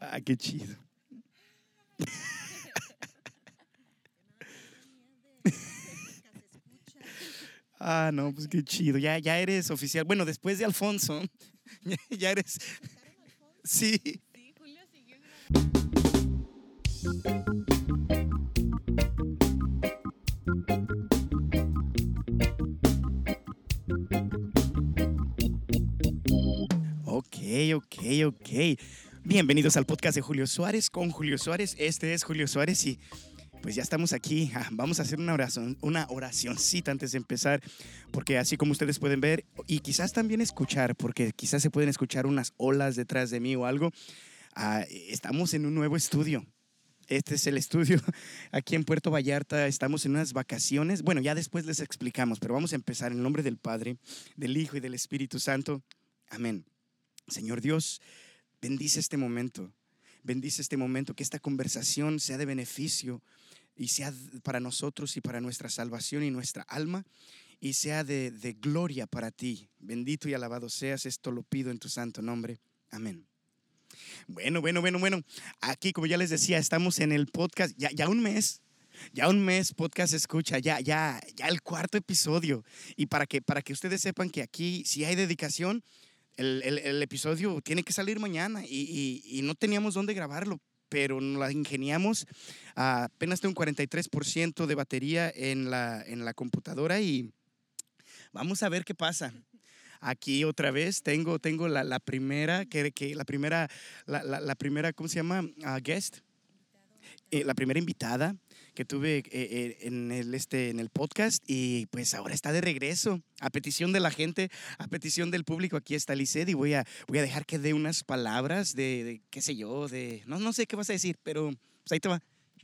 Ah, qué chido. Ah, no, pues qué chido. Ya eres oficial. Bueno, después de Alfonso, ya eres. Sí. Ok, ok, ok. Bienvenidos al podcast de Julio Suárez con Julio Suárez. Este es Julio Suárez y pues ya estamos aquí. Vamos a hacer una oracioncita antes de empezar, porque así como ustedes pueden ver y quizás también escuchar, porque quizás se pueden escuchar unas olas detrás de mí o algo. Estamos en un nuevo estudio. Este es el estudio aquí en Puerto Vallarta. Estamos en unas vacaciones. Bueno, ya después les explicamos, pero vamos a empezar en el nombre del Padre, del Hijo y del Espíritu Santo. Amén. Señor Dios, bendice este momento. Bendice este momento, que esta conversación sea de beneficio y sea para nosotros y para nuestra salvación y nuestra alma, y sea de gloria para ti. Bendito y alabado seas. Esto lo pido en tu santo nombre. Amén. Bueno. Aquí, como ya les decía, estamos en el podcast. Ya un mes podcast escucha, ya el cuarto episodio. Y para que ustedes sepan que aquí, si hay dedicación, el episodio tiene que salir mañana y no teníamos dónde grabarlo, pero nos la ingeniamos. Apenas tengo un 43% de batería en la computadora y vamos a ver qué pasa. Aquí otra vez tengo la primera, la primera, ¿cómo se llama? Guest. La primera invitada que tuve en el podcast, y pues ahora está de regreso a petición de la gente, a petición del público. Aquí está Lisset y voy a dejar que dé unas palabras de qué sé yo, no sé qué vas a decir, pero pues ahí te va.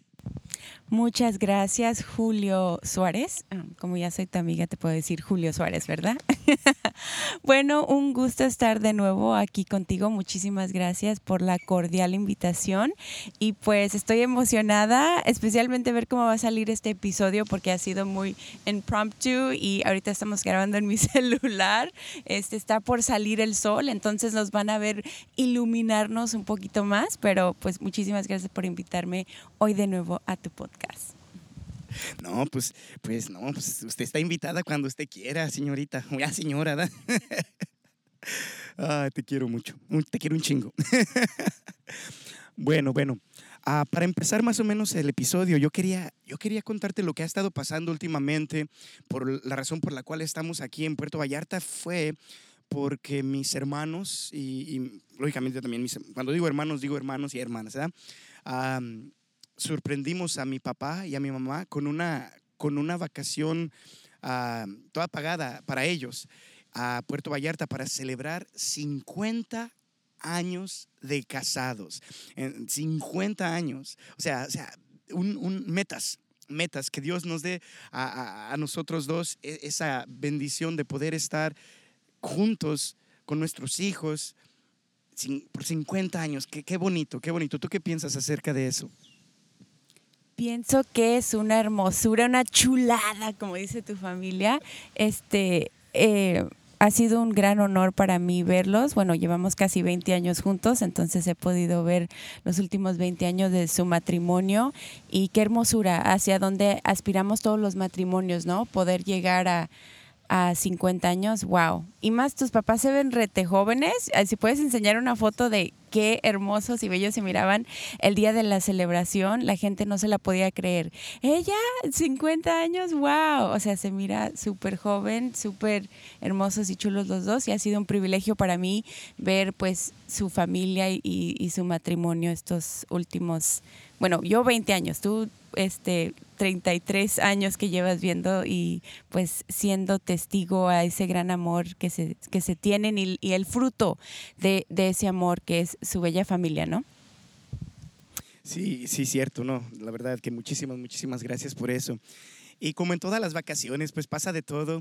Muchas gracias, Julio Suárez. Como ya soy tu amiga, te puedo decir Julio Suárez, ¿verdad? Bueno, un gusto estar de nuevo aquí contigo. Muchísimas gracias por la cordial invitación. Y pues estoy emocionada, especialmente ver cómo va a salir este episodio, porque ha sido muy impromptu y ahorita estamos grabando en mi celular. Está por salir el sol, entonces nos van a ver iluminarnos un poquito más, pero pues muchísimas gracias por invitarme hoy de nuevo a tu podcast. No, pues usted está invitada cuando usted quiera, señorita. Ya, señora, ¿verdad? Te quiero mucho, te quiero un chingo. Bueno. Para empezar más o menos el episodio, yo quería contarte lo que ha estado pasando últimamente. Por la razón por la cual estamos aquí en Puerto Vallarta fue porque mis hermanos y lógicamente también cuando digo hermanos y hermanas, ¿verdad? Sorprendimos a mi papá y a mi mamá con una vacación toda pagada para ellos a Puerto Vallarta para celebrar 50 años de casados. 50 años. O sea, metas que Dios nos dé a nosotros dos, esa bendición de poder estar juntos con nuestros hijos por 50 años. Qué bonito, qué bonito. ¿Tú qué piensas acerca de eso? Pienso que es una hermosura, una chulada, como dice tu familia. Ha sido un gran honor para mí verlos. Bueno, llevamos casi 20 años juntos, entonces he podido ver los últimos 20 años de su matrimonio, y qué hermosura, hacia donde aspiramos todos los matrimonios, ¿no? Poder llegar a 50 años, wow. Y más, tus papás se ven rete jóvenes. Si puedes enseñar una foto de qué hermosos y bellos se miraban el día de la celebración, la gente no se la podía creer. Ella, 50 años, wow. O sea, se mira súper joven, súper hermosos y chulos los dos, y ha sido un privilegio para mí ver pues su familia y su matrimonio estos últimos, bueno, yo 20 años, tú 33 años que llevas viendo y pues siendo testigo a ese gran amor que se tienen, y el fruto de ese amor que es su bella familia, ¿no? Sí, cierto, no. La verdad que muchísimas gracias por eso. Y como en todas las vacaciones, pues pasa de todo.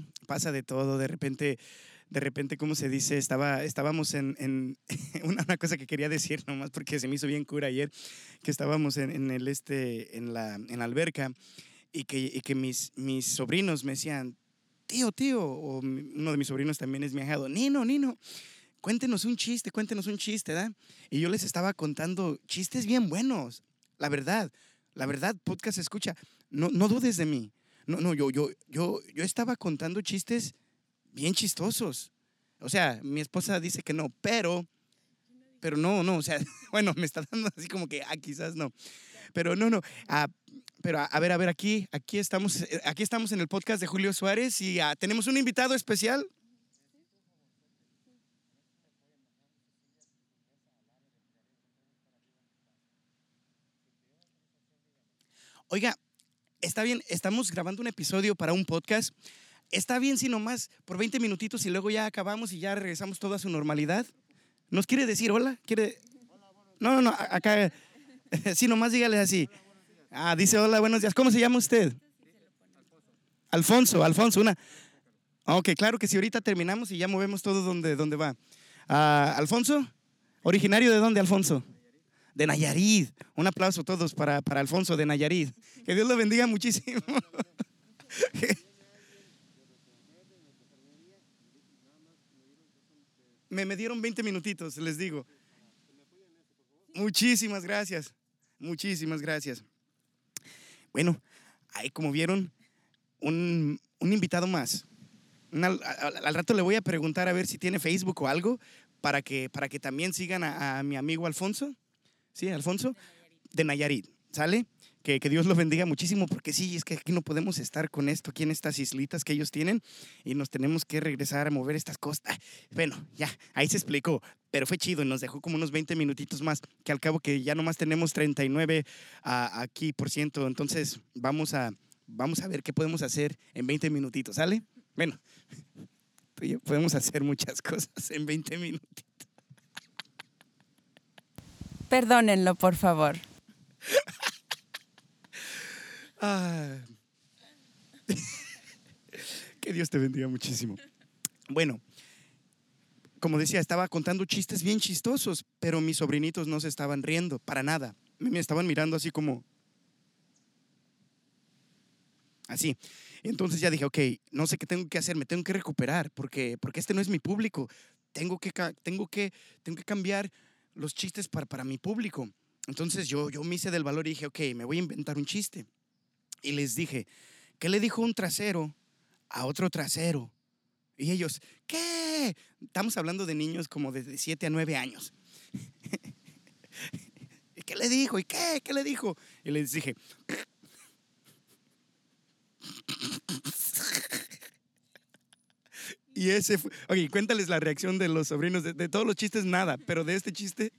De repente, ¿cómo se dice? Estábamos en una cosa que quería decir nomás porque se me hizo bien cura ayer, que estábamos en la alberca, y que mis sobrinos me decían, tío, o uno de mis sobrinos también es mi ahijado, Nino, cuéntenos un chiste, ¿verdad? Y yo les estaba contando chistes bien buenos, la verdad, podcast escucha, no dudes de mí. No, yo estaba contando chistes bien chistosos. O sea, mi esposa dice que no, pero no, o sea, bueno, me está dando así como que, quizás no. Pero no, pero a ver, aquí estamos en el podcast de Julio Suárez y tenemos un invitado especial. Oiga, está bien, estamos grabando un episodio para un podcast. Está bien si nomás por 20 minutitos y luego ya acabamos y ya regresamos todo a su normalidad. ¿Nos quiere decir hola? ¿Quiere? No, acá, sí, nomás dígale así. Dice hola, buenos días. ¿Cómo se llama usted? Alfonso, una. Ok, claro que sí, ahorita terminamos y ya movemos todo donde va. Alfonso, ¿originario de dónde, Alfonso? De Nayarit. Un aplauso a todos para Alfonso de Nayarit. Que Dios lo bendiga muchísimo. Me dieron 20 minutitos, les digo. Muchísimas gracias. Muchísimas gracias. Bueno, ahí como vieron, un invitado más. Al rato le voy a preguntar a ver si tiene Facebook o algo para que también sigan a mi amigo Alfonso. ¿Sí, Alfonso? De Nayarit, ¿sale? Que Dios los bendiga muchísimo, porque sí, es que aquí no podemos estar con esto, aquí en estas islitas que ellos tienen, y nos tenemos que regresar a mover estas costas. Bueno, ya, ahí se explicó, pero fue chido y nos dejó como unos 20 minutitos más, que al cabo que ya nomás tenemos 39 aquí por ciento, entonces vamos a ver qué podemos hacer en 20 minutitos, ¿sale? Bueno, tú y yo podemos hacer muchas cosas en 20 minutos. Perdónenlo, por favor. Ah, que Dios te bendiga muchísimo. Bueno, como decía, estaba contando chistes bien chistosos, pero mis sobrinitos no se estaban riendo para nada. Me estaban mirando así como así. Entonces ya dije, ok, no sé qué tengo que hacer, me tengo que recuperar porque este no es mi público. Tengo que cambiar los chistes para mi público. Entonces yo me hice del valor y dije, ok, me voy a inventar un chiste. Y les dije, ¿qué le dijo un trasero a otro trasero? Y ellos, ¿qué? Estamos hablando de niños como de 7 a 9 años. ¿Y qué le dijo? ¿Y qué? ¿Qué le dijo? Y les dije, y ese fue. Ok, cuéntales la reacción de los sobrinos. De todos los chistes, nada, pero de este chiste.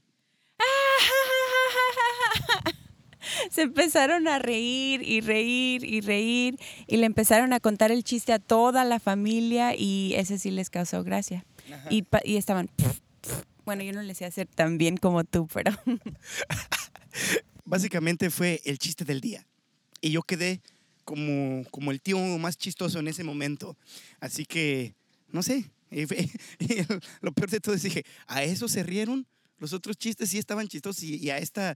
Se empezaron a reír y reír y reír y le empezaron a contar el chiste a toda la familia y ese sí les causó gracia. Y estaban, bueno, yo no les sé hacer tan bien como tú, pero Básicamente fue el chiste del día. Y yo quedé como el tío más chistoso en ese momento. Así que, no sé. Y lo peor de todo es dije, ¿a eso se rieron? Los otros chistes sí estaban chistosos y a esta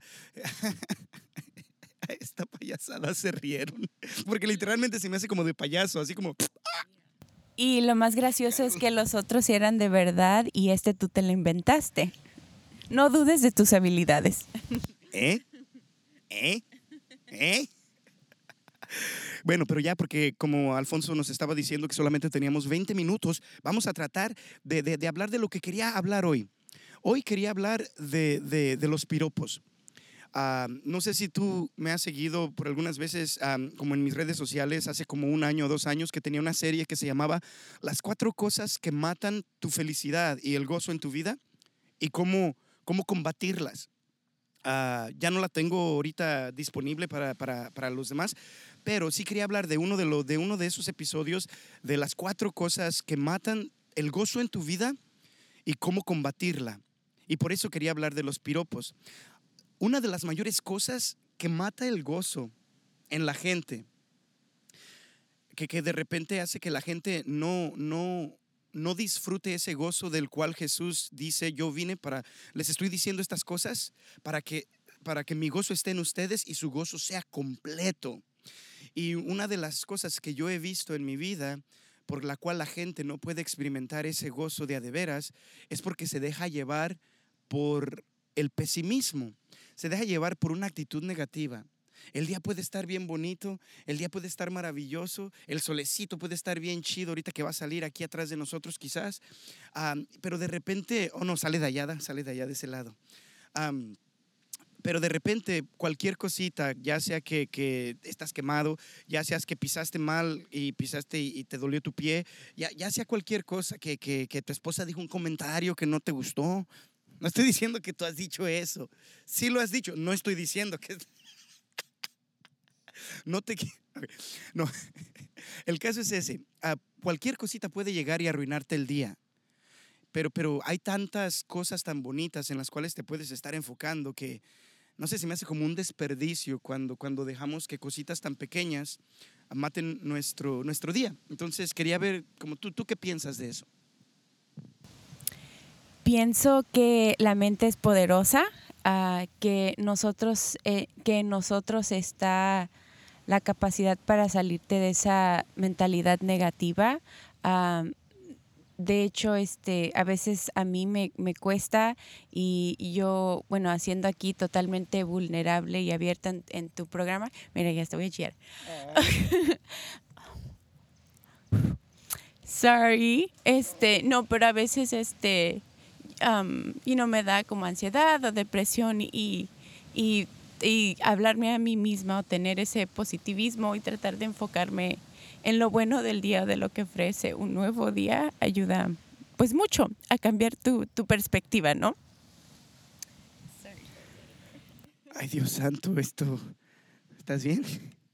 a esta payasada se rieron. Porque literalmente se me hace como de payaso, así como. y lo más gracioso es que los otros eran de verdad y tú te lo inventaste. No dudes de tus habilidades. ¿Eh? ¿Eh? ¿Eh? Bueno, pero ya porque como Alfonso nos estaba diciendo que solamente teníamos 20 minutos, vamos a tratar de hablar de lo que quería hablar hoy. Hoy quería hablar de los piropos. No sé si tú me has seguido por algunas veces, como en mis redes sociales, hace como 1 año o 2 años, que tenía una serie que se llamaba Las 4 cosas que matan tu felicidad y el gozo en tu vida y cómo combatirlas. Ya no la tengo ahorita disponible para los demás, pero sí quería hablar de uno de esos episodios de las 4 cosas que matan el gozo en tu vida y cómo combatirla. Y por eso quería hablar de los piropos. Una de las mayores cosas que mata el gozo en la gente, que de repente hace que la gente no disfrute ese gozo del cual Jesús dice, yo vine les estoy diciendo estas cosas para que mi gozo esté en ustedes y su gozo sea completo. Y una de las cosas que yo he visto en mi vida, por la cual la gente no puede experimentar ese gozo de a de veras es porque se deja llevar por el pesimismo, se deja llevar por una actitud negativa. El día puede estar bien bonito, el día puede estar maravilloso, el solecito puede estar bien chido ahorita que va a salir aquí atrás de nosotros quizás, pero de repente, no, sale de allá de ese lado. Pero de repente cualquier cosita, ya sea que estás quemado, ya sea que pisaste mal y pisaste y te dolió tu pie, ya sea cualquier cosa, que tu esposa dijo un comentario que no te gustó. No estoy diciendo que tú has dicho eso. Sí lo has dicho, no estoy diciendo que... No te... No, el caso es ese. Cualquier cosita puede llegar y arruinarte el día. Pero hay tantas cosas tan bonitas en las cuales te puedes estar enfocando que, no sé, se me hace como un desperdicio cuando dejamos que cositas tan pequeñas maten nuestro día. Entonces quería ver, como ¿tú qué piensas de eso? Pienso que la mente es poderosa, que nosotros está la capacidad para salirte de esa mentalidad negativa. De hecho, a veces a mí me cuesta y yo, bueno, haciendo aquí totalmente vulnerable y abierta en tu programa, mira, ya te voy a chillar. Sorry, no, pero a veces, me da como ansiedad o depresión y hablarme a mí misma o tener ese positivismo y tratar de enfocarme en lo bueno del día, de lo que ofrece un nuevo día, ayuda pues mucho a cambiar tu perspectiva, ¿no? Ay, Dios santo, ¿estás bien?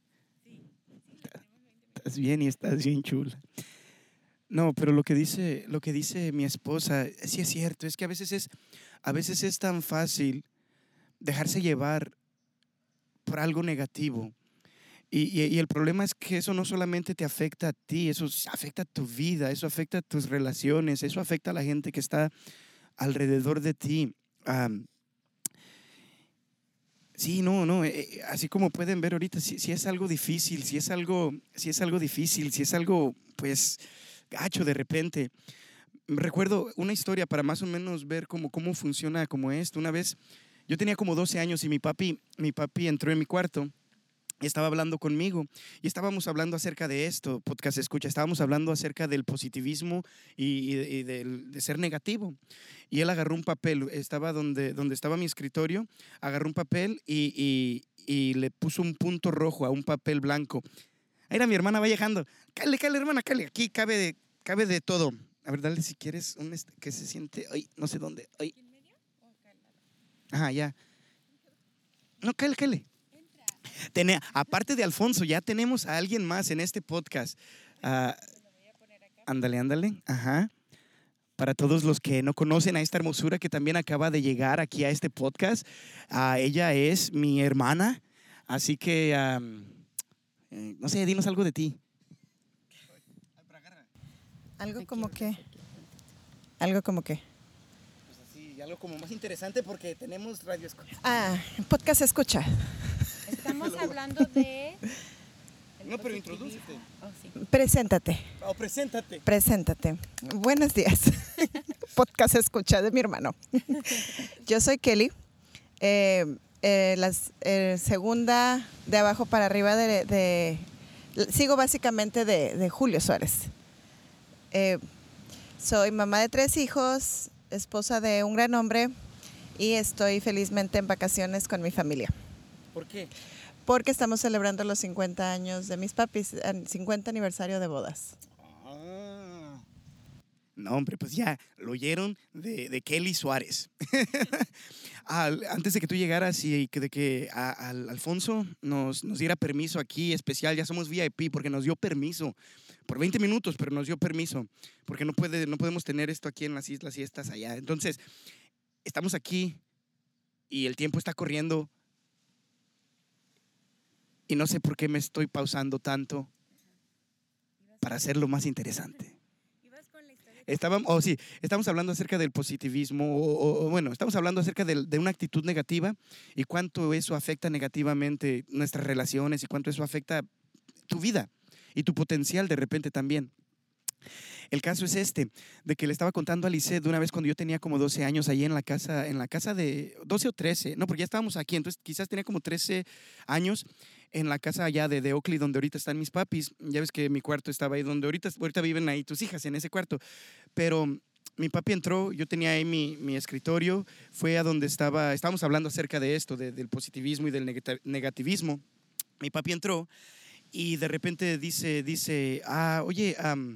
Estás bien y estás bien chula. No, pero lo que dice mi esposa, sí es cierto, es que a veces es tan fácil dejarse llevar por algo negativo. Y el problema es que eso no solamente te afecta a ti, eso afecta a tu vida, eso afecta a tus relaciones, eso afecta a la gente que está alrededor de ti. Sí, no, así como pueden ver ahorita, si es algo difícil, si es algo difícil, si es algo, pues, gacho de repente. Recuerdo una historia para más o menos ver cómo funciona como esto. Una vez, yo tenía como 12 años y mi papi entró en mi cuarto. Estaba hablando conmigo y estábamos hablando acerca de esto, podcast escucha, estábamos hablando acerca del positivismo y de ser negativo. Y él agarró un papel, estaba donde estaba mi escritorio, agarró un papel y le puso un punto rojo a un papel blanco. Ahí era mi hermana, va llegando. Cállate, hermana, cállate, aquí cabe de todo. A ver, dale si quieres que se siente, ay, no sé dónde. Ay. Ajá, ya. No, cállate. Aparte de Alfonso, ya tenemos a alguien más en este podcast. Ándale. Ajá. Para todos los que no conocen a esta hermosura que también acaba de llegar aquí a este podcast, ella es mi hermana. Así que, no sé, dinos algo de ti. Algo como que. Pues así, algo como más interesante porque tenemos radio escucha. Podcast escucha. Estamos hablando de... No, pero introdúcete. Sí. Preséntate. Preséntate. Buenos días. Podcast escucha de mi hermano. Yo soy Kelly. La segunda de abajo para arriba sigo básicamente de Julio Suárez. Soy mamá de 3 hijos, esposa de un gran hombre y estoy felizmente en vacaciones con mi familia. ¿Por qué? Porque estamos celebrando los 50 años de mis papis, 50 aniversario de bodas. No, hombre, pues ya lo oyeron de Kelly Suárez. Antes de que tú llegaras y de que Alfonso nos diera permiso aquí especial, ya somos VIP porque nos dio permiso por 20 minutos, pero nos dio permiso porque no podemos tener esto aquí en las islas y estas allá. Entonces, estamos aquí y el tiempo está corriendo y no sé por qué me estoy pausando tanto para hacerlo más interesante. Estamos hablando acerca del positivismo, bueno, estamos hablando acerca de una actitud negativa y cuánto eso afecta negativamente nuestras relaciones y cuánto eso afecta tu vida y tu potencial de repente también. El caso es de que le estaba contando a Lisette de una vez cuando yo tenía como 12 años ahí en la casa de 12 o 13, no, porque ya estábamos aquí, entonces quizás tenía como 13 años en la casa allá de Oakley, donde ahorita están mis papis. Ya ves que mi cuarto estaba ahí, donde ahorita viven ahí tus hijas, en ese cuarto. Pero mi papi entró, yo tenía ahí mi escritorio, fue a donde estábamos hablando acerca de esto, del positivismo y del negativismo. Mi papi entró y de repente dice, oye,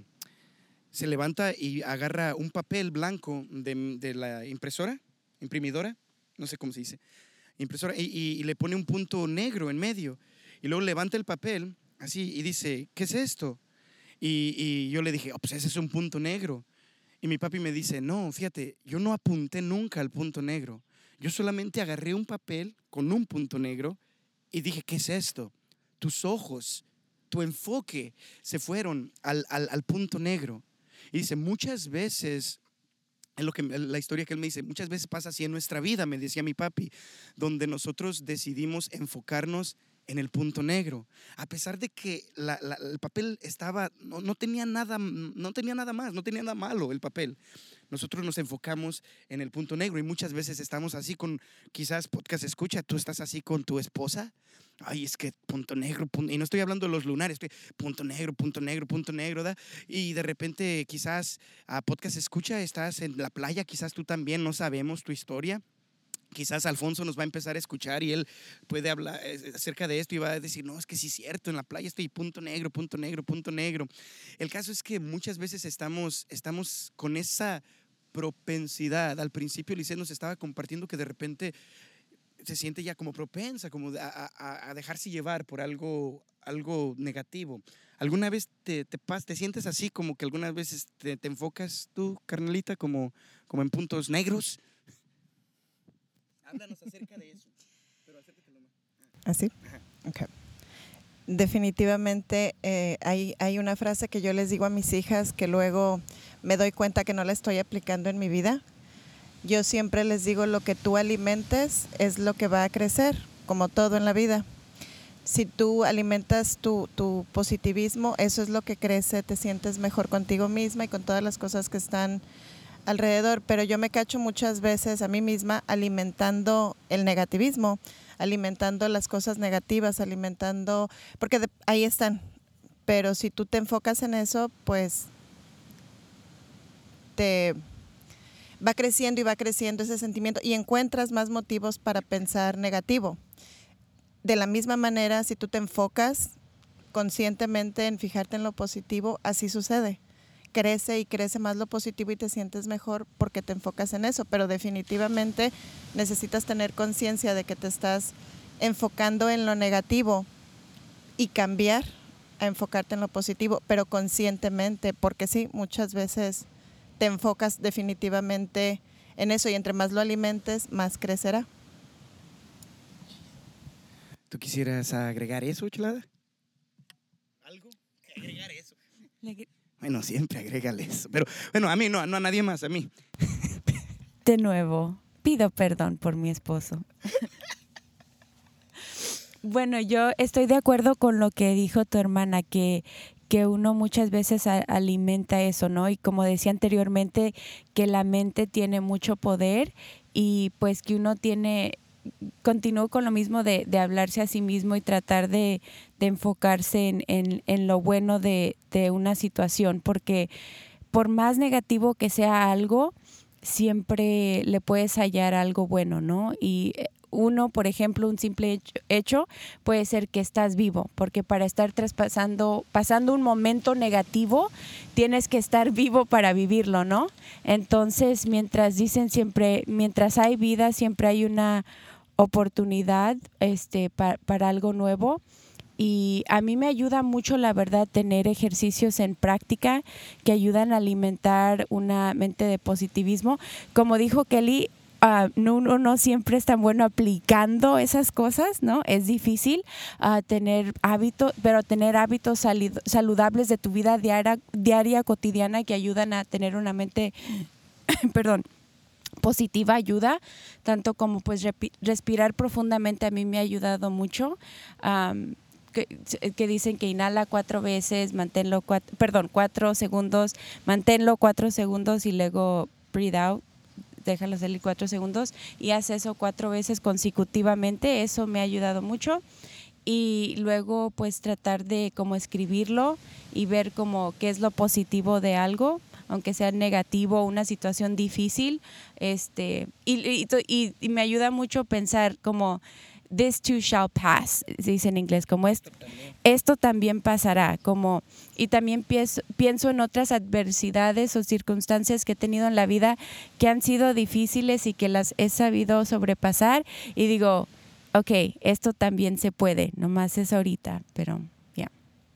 se levanta y agarra un papel blanco de la imprimidora, no sé cómo se dice, impresora, y le pone un punto negro en medio. Y luego levanta el papel así y dice, ¿qué es esto? Y yo le dije, pues ese es un punto negro. Y mi papi me dice, no, fíjate, yo no apunté nunca al punto negro. Yo solamente agarré un papel con un punto negro y dije, ¿qué es esto? Tus ojos, tu enfoque se fueron al punto negro. Y dice, muchas veces, es la historia que él me dice, muchas veces pasa así en nuestra vida, me decía mi papi, donde nosotros decidimos enfocarnos en el punto negro, a pesar de que el papel no tenía nada más, no tenía nada malo el papel. Nosotros nos enfocamos en el punto negro y muchas veces estamos así quizás podcast escucha, tú estás así con tu esposa. Ay, es que punto negro, y no estoy hablando de los lunares, punto negro, ¿verdad? Y de repente quizás a podcast escucha, estás en la playa, quizás tú también, no sabemos tu historia. Quizás Alfonso nos va a empezar a escuchar y él puede hablar acerca de esto y va a decir, no, es que sí es cierto, en la playa estoy punto negro. El caso es que muchas veces estamos con esa propensidad. Al principio Lisette nos estaba compartiendo que de repente se siente ya como propensa, como a dejarse llevar por algo negativo. ¿Alguna vez te sientes así, como que algunas veces te enfocas tú, carnalita, como en puntos negros? Háblanos acerca de eso, pero acércatelo más. ¿Así? Okay. Definitivamente hay una frase que yo les digo a mis hijas que luego me doy cuenta que no la estoy aplicando en mi vida. Yo siempre les digo, lo que tú alimentes es lo que va a crecer, como todo en la vida. Si tú alimentas tu positivismo, eso es lo que crece, te sientes mejor contigo misma y con todas las cosas que están alrededor. Pero yo me cacho muchas veces a mí misma alimentando el negativismo, alimentando las cosas negativas, porque ahí están. Pero si tú te enfocas en eso, pues te va creciendo ese sentimiento y encuentras más motivos para pensar negativo. De la misma manera, si tú te enfocas conscientemente en fijarte en lo positivo, así sucede. Crece y crece más lo positivo y te sientes mejor porque te enfocas en eso. Pero definitivamente necesitas tener conciencia de que te estás enfocando en lo negativo y cambiar a enfocarte en lo positivo, pero conscientemente, porque sí, muchas veces te enfocas definitivamente en eso y entre más lo alimentes, más crecerá. ¿Tú quisieras agregar eso, chulada? ¿Algo? Agregar eso. Bueno, siempre agrégale eso. Pero bueno, a mí no a nadie más, a mí. De nuevo, pido perdón por mi esposo. Bueno, yo estoy de acuerdo con lo que dijo tu hermana, que uno muchas veces alimenta eso, ¿no? Y como decía anteriormente, que la mente tiene mucho poder y pues que uno continúo con lo mismo de hablarse a sí mismo y tratar de enfocarse en lo bueno de una situación, porque por más negativo que sea algo, siempre le puedes hallar algo bueno, ¿no? Y uno, por ejemplo, un simple hecho puede ser que estás vivo, porque para estar pasando un momento negativo, tienes que estar vivo para vivirlo, ¿no? Entonces, dicen siempre, mientras hay vida, siempre hay una oportunidad para algo nuevo. Y a mí me ayuda mucho, la verdad, tener ejercicios en práctica que ayudan a alimentar una mente de positivismo. Como dijo Kelly, uno no siempre es tan bueno aplicando esas cosas, ¿no? Es difícil tener hábitos, pero tener hábitos saludables de tu vida diaria, cotidiana, que ayudan a tener una mente, positiva ayuda, tanto como pues respirar profundamente a mí me ha ayudado mucho. que dicen que inhala 4 veces, 4 segundos, manténlo 4 segundos y luego breathe out, déjalo salir 4 segundos y haz eso 4 veces consecutivamente. Eso me ha ayudado mucho. Y luego pues tratar de como escribirlo y ver como qué es lo positivo de algo, aunque sea negativo, una situación difícil, y me ayuda mucho pensar como this too shall pass, se dice en inglés, como esto también pasará, como, y también pienso en otras adversidades o circunstancias que he tenido en la vida que han sido difíciles y que las he sabido sobrepasar y digo, ok, esto también se puede, nomás es ahorita, pero ya.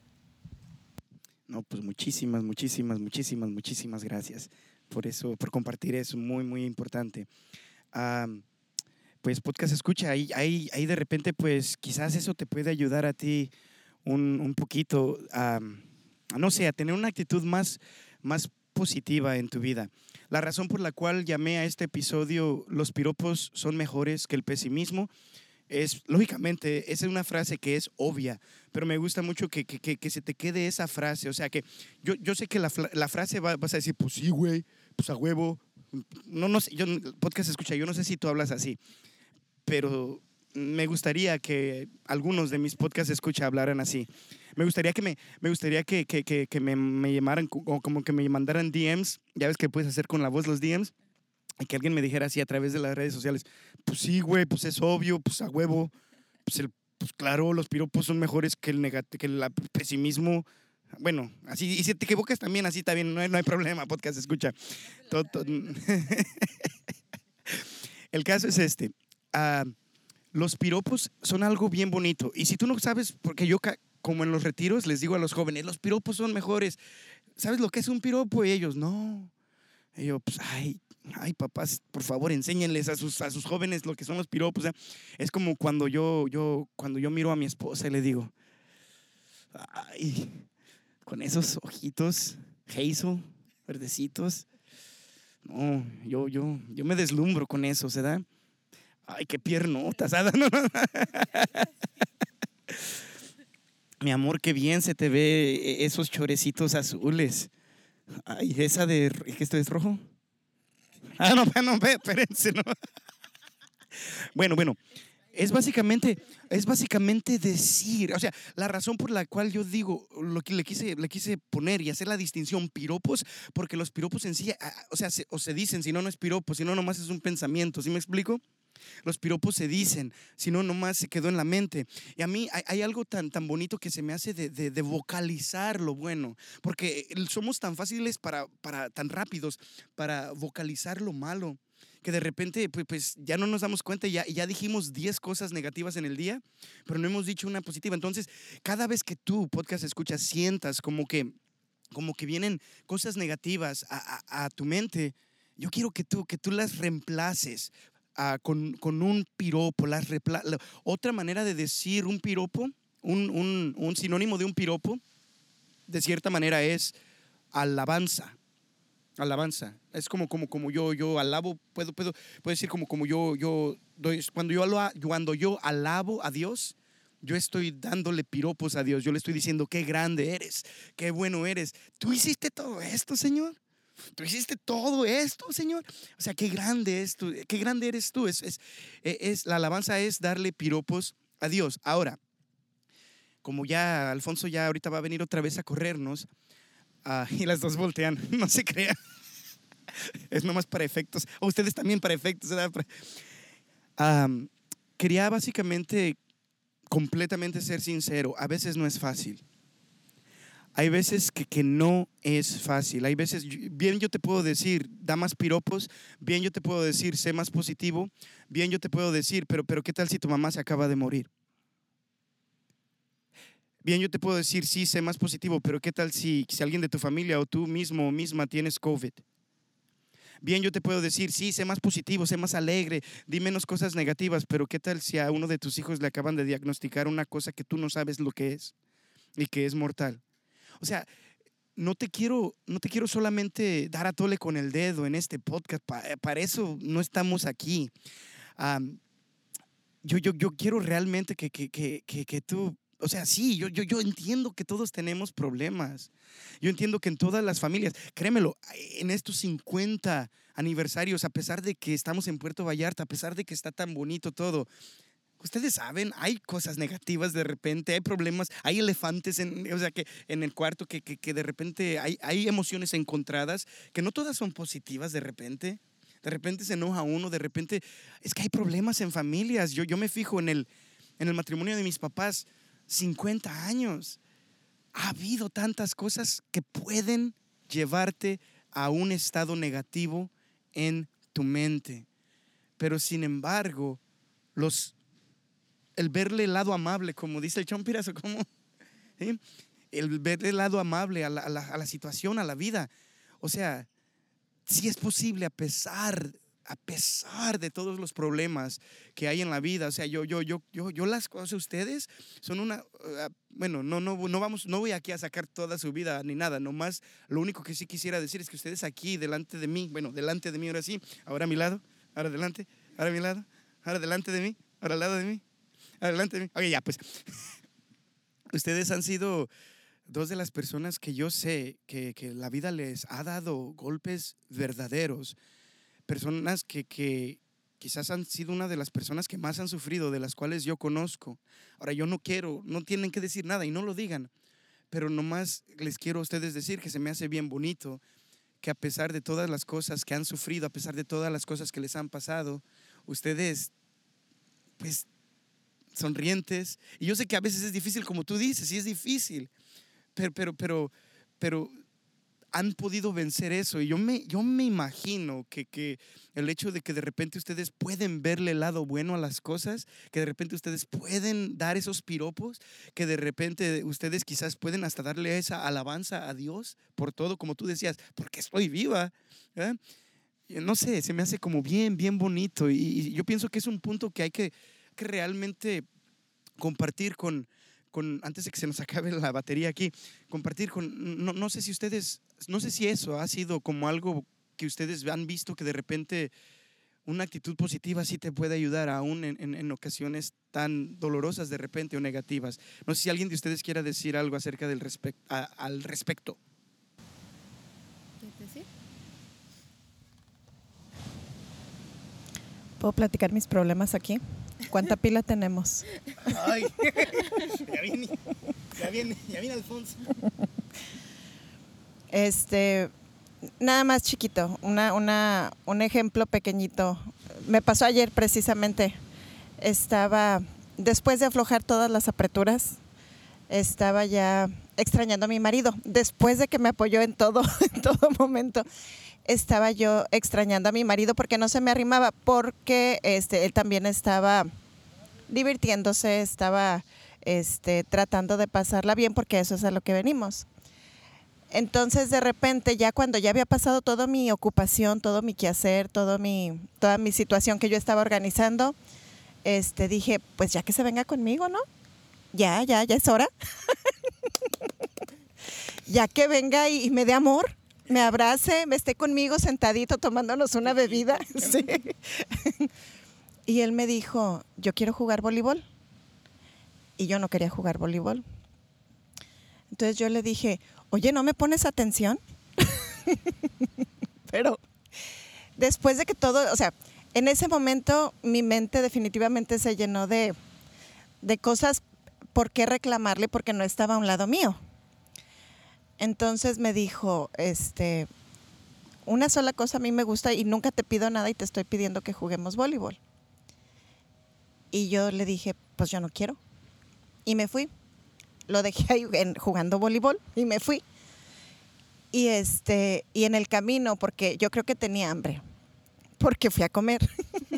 No, pues muchísimas gracias por eso, por compartir eso, muy, muy importante. Pues podcast escucha, ahí de repente, pues quizás eso te puede ayudar a ti un poquito no sé, a tener una actitud más positiva en tu vida. La razón por la cual llamé a este episodio "Los piropos son mejores que el pesimismo" es, lógicamente, esa es una frase que es obvia, pero me gusta mucho que se te quede esa frase. O sea, que yo sé que la frase vas a decir, pues sí, güey, pues a huevo. No sé, podcast escucha, yo no sé si tú hablas así, pero me gustaría que algunos de mis podcasts escucha hablaran así. Me gustaría que me llamaran, como que me mandaran DMs. Ya ves que puedes hacer con la voz los DMs. Y que alguien me dijera así a través de las redes sociales, pues sí, güey, pues es obvio, pues a huevo, pues claro, los piropos son mejores que el pesimismo. Bueno, así, y si te equivocas también, así está bien, no hay problema, podcast escucha. El caso es este. Los piropos son algo bien bonito. Y si tú no sabes, porque yo como en los retiros les digo a los jóvenes, los piropos son mejores. ¿Sabes lo que es un piropo? Y ellos, no. Y yo, pues, ay, papás, por favor, enséñenles a sus jóvenes lo que son los piropos. O sea, es como cuando yo miro a mi esposa y le digo, ay, con esos ojitos, hazel, verdecitos. No, yo me deslumbro con eso, ¿se da? Ay, qué piernotas. Mi amor, qué bien se te ve esos chorecitos azules. Ay, esa de, ¿qué esto es rojo? No, espérense, no. Bueno, es básicamente decir, o sea, la razón por la cual yo digo lo que le quise poner y hacer la distinción piropos, porque los piropos en sí, o sea, se dicen, si no, no es piropo, si no, nomás es un pensamiento, ¿sí me explico? Los piropos se dicen, si no, nomás se quedó en la mente. Y a mí hay algo tan bonito que se me hace de vocalizar lo bueno, porque somos tan fáciles tan rápidos para vocalizar lo malo, que de repente pues ya no nos damos cuenta y ya dijimos 10 cosas negativas en el día, pero no hemos dicho una positiva. Entonces, cada vez que tú, podcast escuchas, sientas como que vienen cosas negativas a tu mente, yo quiero que tú las reemplaces con un piropo. Otra manera de decir un piropo, un sinónimo de un piropo, de cierta manera es alabanza. Alabanza. Es como yo alabo, puedo decir como yo doy, cuando yo alabo a Dios, yo estoy dándole piropos a Dios. Yo le estoy diciendo, qué grande eres, qué bueno eres. Tú hiciste todo esto, Señor. Tú hiciste todo esto, Señor. O sea, qué grande es tú, qué grande eres tú. La alabanza es darle piropos a Dios. Ahora, como ya Alfonso ya ahorita va a venir otra vez a corrernos, y las dos voltean, no se crean. Es nomás para efectos. O ustedes también para efectos, ¿verdad? Quería básicamente, completamente ser sincero. A veces no es fácil. Hay veces que no es fácil. Hay veces, bien yo te puedo decir, da más piropos. Bien yo te puedo decir, sé más positivo. Bien yo te puedo decir, pero ¿qué tal si tu mamá se acaba de morir? Bien yo te puedo decir, sí, sé más positivo, pero ¿qué tal si alguien de tu familia o tú mismo o misma tienes COVID? Bien yo te puedo decir, sí, sé más positivo, sé más alegre, di menos cosas negativas, pero ¿qué tal si a uno de tus hijos le acaban de diagnosticar una cosa que tú no sabes lo que es y que es mortal? O sea, no te quiero solamente dar a tole con el dedo en este podcast. Para eso no estamos aquí. Yo quiero realmente que tú o sea, sí, yo entiendo que todos tenemos problemas. Yo entiendo que en todas las familias, créemelo, en estos 50 aniversarios, a pesar de que estamos en Puerto Vallarta, a pesar de que está tan bonito todo, ustedes saben, hay cosas negativas de repente, hay problemas, hay elefantes o sea, que en el cuarto que de repente hay emociones encontradas, que no todas son positivas de repente. De repente se enoja uno, de repente es que hay problemas en familias. Yo me fijo en el matrimonio de mis papás, 50 años. Ha habido tantas cosas que pueden llevarte a un estado negativo en tu mente. Pero sin embargo, el verle el lado amable, como dice el Chompiras, ¿sí? El verle el lado amable a la situación, a la vida. O sea, sí es posible a pesar de todos los problemas que hay en la vida. O sea, yo las cosas, ustedes son bueno, no voy aquí a sacar toda su vida ni nada, nomás lo único que sí quisiera decir es que ustedes aquí delante de mí, ahora sí, ahora a mi lado, ahora delante, ahora a mi lado, ahora delante de mí, ahora al lado de mí, ahora delante de mí. Ok, ya pues. Ustedes han sido dos de las personas que yo sé que la vida les ha dado golpes verdaderos. Personas que quizás han sido una de las personas que más han sufrido, de las cuales yo conozco. Ahora, no tienen que decir nada y no lo digan, pero nomás les quiero a ustedes decir que se me hace bien bonito que a pesar de todas las cosas que han sufrido, a pesar de todas las cosas que les han pasado, ustedes, pues, sonrientes. Y yo sé que a veces es difícil, como tú dices, sí es difícil, pero han podido vencer eso. Y yo me imagino que el hecho de que de repente ustedes pueden verle el lado bueno a las cosas, que de repente ustedes pueden dar esos piropos, que de repente ustedes quizás pueden hasta darle esa alabanza a Dios por todo, como tú decías, porque estoy viva, ¿eh? No sé, se me hace como bien bonito. Y yo pienso que es un punto que hay que realmente compartir antes de que se nos acabe la batería aquí, compartir no sé si eso ha sido como algo que ustedes han visto, que de repente una actitud positiva sí te puede ayudar aún en ocasiones tan dolorosas de repente o negativas. No sé si alguien de ustedes quiera decir algo acerca al respecto. ¿Puedo platicar mis problemas aquí? ¿Cuánta pila tenemos? Ay, ya viene Alfonso. Nada más chiquito, un ejemplo pequeñito. Me pasó ayer precisamente. Estaba, después de aflojar todas las apreturas, estaba ya extrañando a mi marido. Después de que me apoyó en todo momento, estaba yo extrañando a mi marido porque no se me arrimaba, porque él también estaba divirtiéndose, estaba tratando de pasarla bien, porque eso es a lo que venimos. Entonces, de repente, ya cuando ya había pasado toda mi ocupación, todo mi quehacer, toda mi situación que yo estaba organizando, dije, pues ya que se venga conmigo, ¿no? Ya es hora. Ya que venga y me dé amor, me abrace, me esté conmigo sentadito tomándonos una bebida. Sí. Y él me dijo, yo quiero jugar voleibol. Y yo no quería jugar voleibol. Entonces yo le dije, oye, ¿no me pones atención? Pero después de que todo, o sea, en ese momento mi mente definitivamente se llenó de cosas por qué reclamarle, porque no estaba a un lado mío. Entonces me dijo, una sola cosa a mí me gusta y nunca te pido nada y te estoy pidiendo que juguemos voleibol. Y yo le dije, pues yo no quiero. Y me fui. Lo dejé ahí jugando voleibol y me fui. Y en el camino, porque yo creo que tenía hambre, porque fui a comer.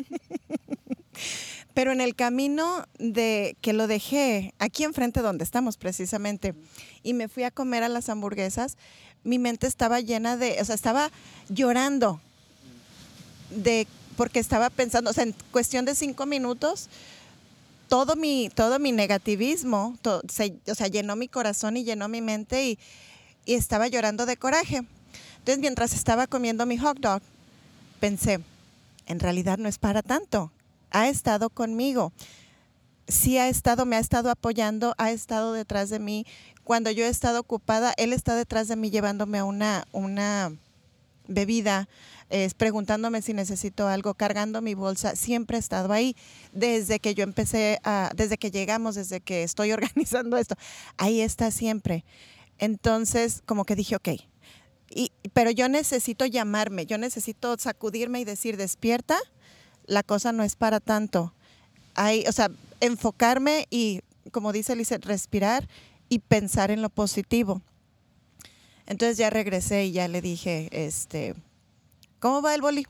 Pero en el camino de que lo dejé aquí enfrente donde estamos precisamente y me fui a comer a las hamburguesas, mi mente estaba llena estaba llorando porque estaba pensando, en cuestión de 5 minutos, todo mi negativismo, llenó mi corazón y llenó mi mente y estaba llorando de coraje. Entonces, mientras estaba comiendo mi hot dog, pensé, en realidad no es para tanto. Ha estado conmigo. sí me ha estado apoyando, ha estado detrás de mí. Cuando yo he estado ocupada, él está detrás de mí llevándome a una bebida, preguntándome si necesito algo, cargando mi bolsa. Siempre ha estado ahí desde que yo desde que llegamos, desde que estoy organizando esto. Ahí está siempre. Entonces, como que dije, ok. Pero yo necesito llamarme, yo necesito sacudirme y decir, despierta, la cosa no es para tanto. Enfocarme y, como dice Lizeth, respirar y pensar en lo positivo. Entonces ya regresé y ya le dije, ¿cómo va el boli?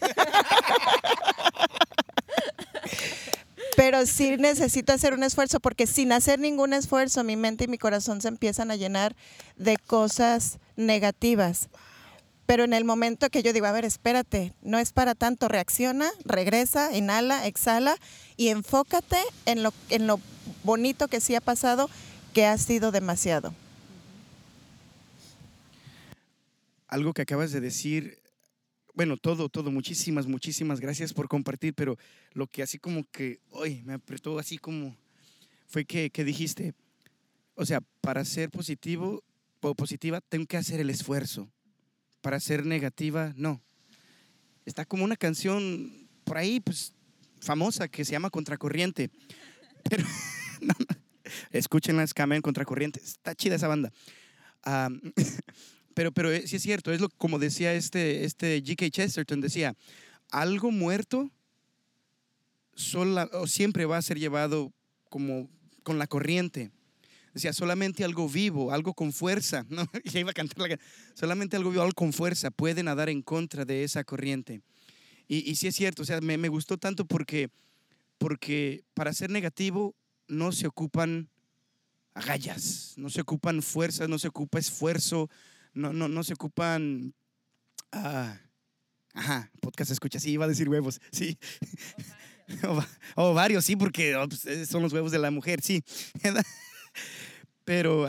Pero sí necesito hacer un esfuerzo, porque sin hacer ningún esfuerzo mi mente y mi corazón se empiezan a llenar de cosas negativas. Pero en el momento que yo digo, a ver, espérate, no es para tanto, reacciona, regresa, inhala, exhala y enfócate en lo bonito que sí ha pasado, que ha sido demasiado. Algo que acabas de decir, bueno, todo, muchísimas gracias por compartir, pero lo que así como que hoy me apretó así como fue que dijiste, o sea, para ser positivo o positiva tengo que hacer el esfuerzo, para ser negativa no. Está como una canción por ahí pues famosa que se llama Contracorriente, pero no, escúchenla, Escamen, Contracorriente, está chida esa banda. Pero sí es cierto, es como decía este G.K. Chesterton, decía, algo muerto siempre va a ser llevado como con la corriente. Decía, solamente algo vivo, algo con fuerza, ¿no? Ya iba a cantar solamente algo vivo, algo con fuerza puede nadar en contra de esa corriente. Y sí es cierto, o sea, me gustó tanto porque para ser negativo no se ocupan agallas, no se ocupan fuerzas, no se ocupa esfuerzo, no se ocupan podcast escucha, sí, iba a decir huevos, sí. Varios, sí, porque son los huevos de la mujer, sí. Pero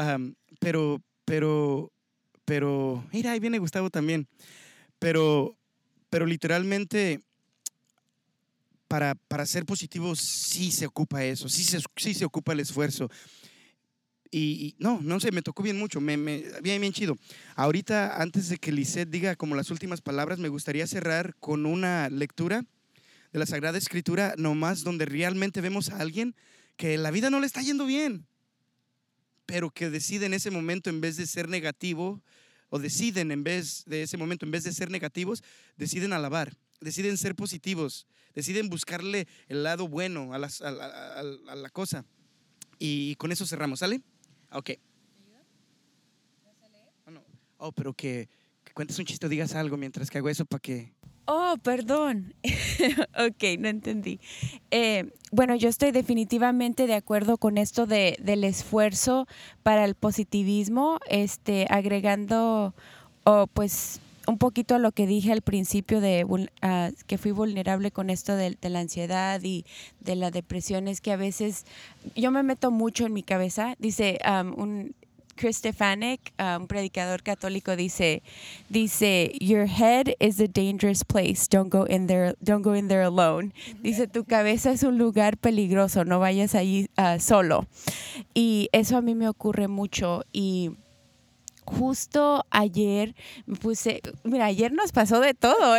mira, ahí viene Gustavo también. Pero literalmente para ser positivo sí se ocupa eso, sí se ocupa el esfuerzo. Y no sé, me tocó bien mucho, bien chido. Ahorita, antes de que Lizeth diga como las últimas palabras, me gustaría cerrar con una lectura de la Sagrada Escritura, nomás donde realmente vemos a alguien que la vida no le está yendo bien, pero que decide en ese momento, en vez de ser negativo, o deciden en vez de ese momento, en vez de ser negativos, deciden alabar, deciden ser positivos, deciden buscarle el lado bueno a la cosa. Y con eso cerramos, ¿sale? Ok. Pero que cuentes un chiste o digas algo mientras que hago eso para que... Oh, perdón. Ok, no entendí. Bueno, yo estoy definitivamente de acuerdo con esto del esfuerzo para el positivismo, agregando pues un poquito a lo que dije al principio que fui vulnerable con esto de la ansiedad y de la depresión. Es que a veces yo me meto mucho en mi cabeza. Dice Chris Stefanik, un predicador católico, dice, your head is a dangerous place. Don't go in there alone. Dice, tu cabeza es un lugar peligroso, no vayas allí solo. Y eso a mí me ocurre mucho. Y justo ayer me puse, mira, ayer nos pasó de todo,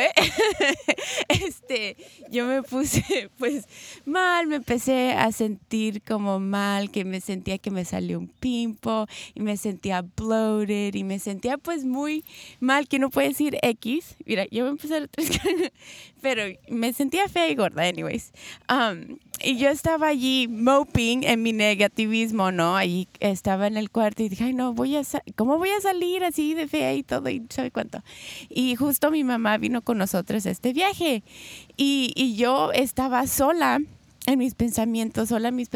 yo me puse pues mal, me empecé a sentir como mal, que me sentía que me salió un pimpo y me sentía bloated y me sentía pues muy mal, que no puede decir X, mira, yo me empecé a pero me sentía fea y gorda, anyways. Y yo estaba allí moping en mi negativismo, ¿no? Allí estaba en el cuarto y dije, ay, no, ¿cómo voy a salir así de fea y todo? Y ¿sabe cuánto? Y justo mi mamá vino con nosotros a este viaje. Y yo estaba sola en mis pensamientos.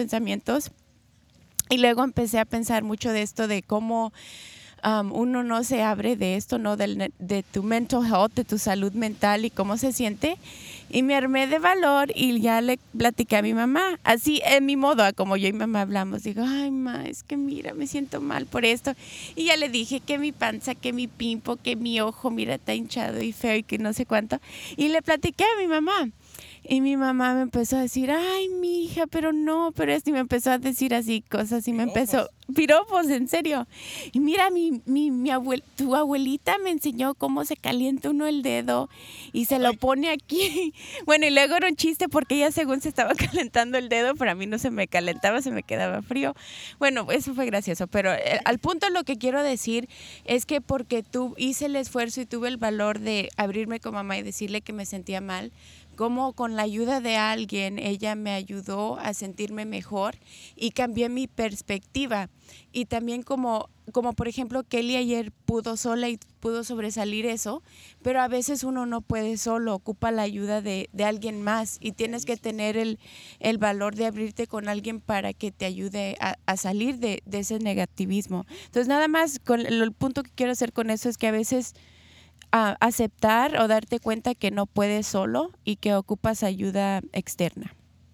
Y luego empecé a pensar mucho de esto, de cómo uno no se abre de esto, ¿no? De tu mental health, de tu salud mental y cómo se siente. Y me armé de valor y ya le platiqué a mi mamá, así en mi modo, como yo y mi mamá hablamos. Digo, ay, ma, es que mira, me siento mal por esto. Y ya le dije que mi panza, que mi pimpo, que mi ojo, mira, está hinchado y feo y que no sé cuánto. Y le platiqué a mi mamá. Y mi mamá me empezó a decir, ay, mi hija, pero no, pero esto. Y me empezó a decir así cosas y me empezó, piropos, en serio. Y mira, tu abuelita me enseñó cómo se calienta uno el dedo y se lo pone aquí. Bueno, y luego era un chiste porque ella según se estaba calentando el dedo, pero a mí no se me calentaba, se me quedaba frío. Bueno, eso fue gracioso, pero al punto lo que quiero decir es que porque hice el esfuerzo y tuve el valor de abrirme con mamá y decirle que me sentía mal, como con la ayuda de alguien ella me ayudó a sentirme mejor y cambié mi perspectiva. Y también como por ejemplo Kelly ayer pudo sola y pudo sobresalir eso, pero a veces uno no puede solo, ocupa la ayuda de alguien más y tienes que tener el valor de abrirte con alguien para que te ayude a salir de ese negativismo. Entonces nada más, el punto que quiero hacer con eso es que a veces aceptar o darte cuenta que no puedes solo y que ocupas ayuda externa.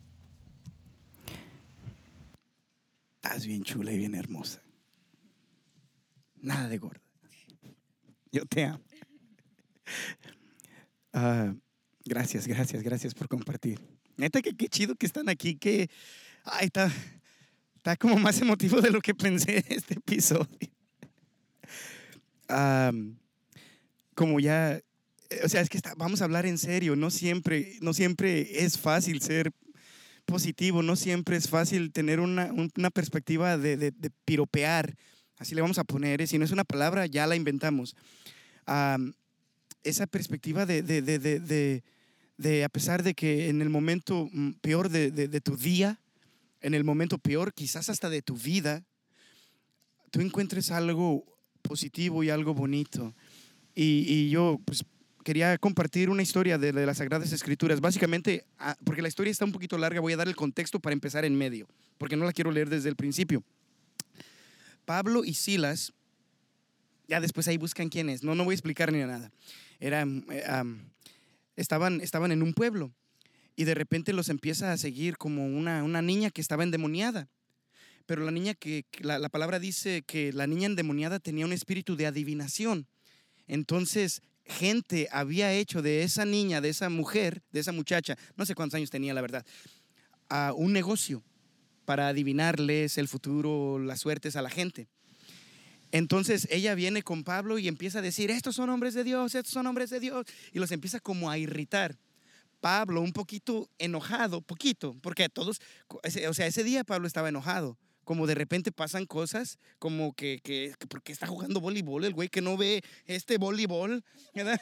Estás bien chula y bien hermosa. Nada de gorda. Yo te amo. Gracias por compartir. Neta que qué chido que están aquí, que está como más emotivo de lo que pensé este episodio. Como ya, o sea, es que vamos a hablar en serio. No siempre es fácil ser positivo, no siempre es fácil tener una perspectiva de piropear. Así le vamos a poner, si no es una palabra, ya la inventamos. Esa perspectiva de a pesar de que en el momento peor de tu día, en el momento peor quizás hasta de tu vida, tú encuentres algo positivo y algo bonito. Y yo pues quería compartir una historia de las Sagradas Escrituras. Básicamente, porque la historia está un poquito larga, voy a dar el contexto para empezar en medio, porque no la quiero leer desde el principio. Pablo y Silas, ya después ahí buscan quién es, no voy a explicar ni nada. Estaban en un pueblo y de repente los empieza a seguir como una niña que estaba endemoniada. Pero la niña la palabra dice que la niña endemoniada tenía un espíritu de adivinación. Entonces gente había hecho de esa niña, de esa mujer, de esa muchacha, no sé cuántos años tenía la verdad, un negocio para adivinarles el futuro, las suertes a la gente. Entonces ella viene con Pablo y empieza a decir, estos son hombres de Dios, y los empieza como a irritar. Pablo un poquito enojado, porque todos, o sea, ese día Pablo estaba enojado. Como de repente pasan cosas como que porque está jugando voleibol el güey que no ve este voleibol, ¿verdad?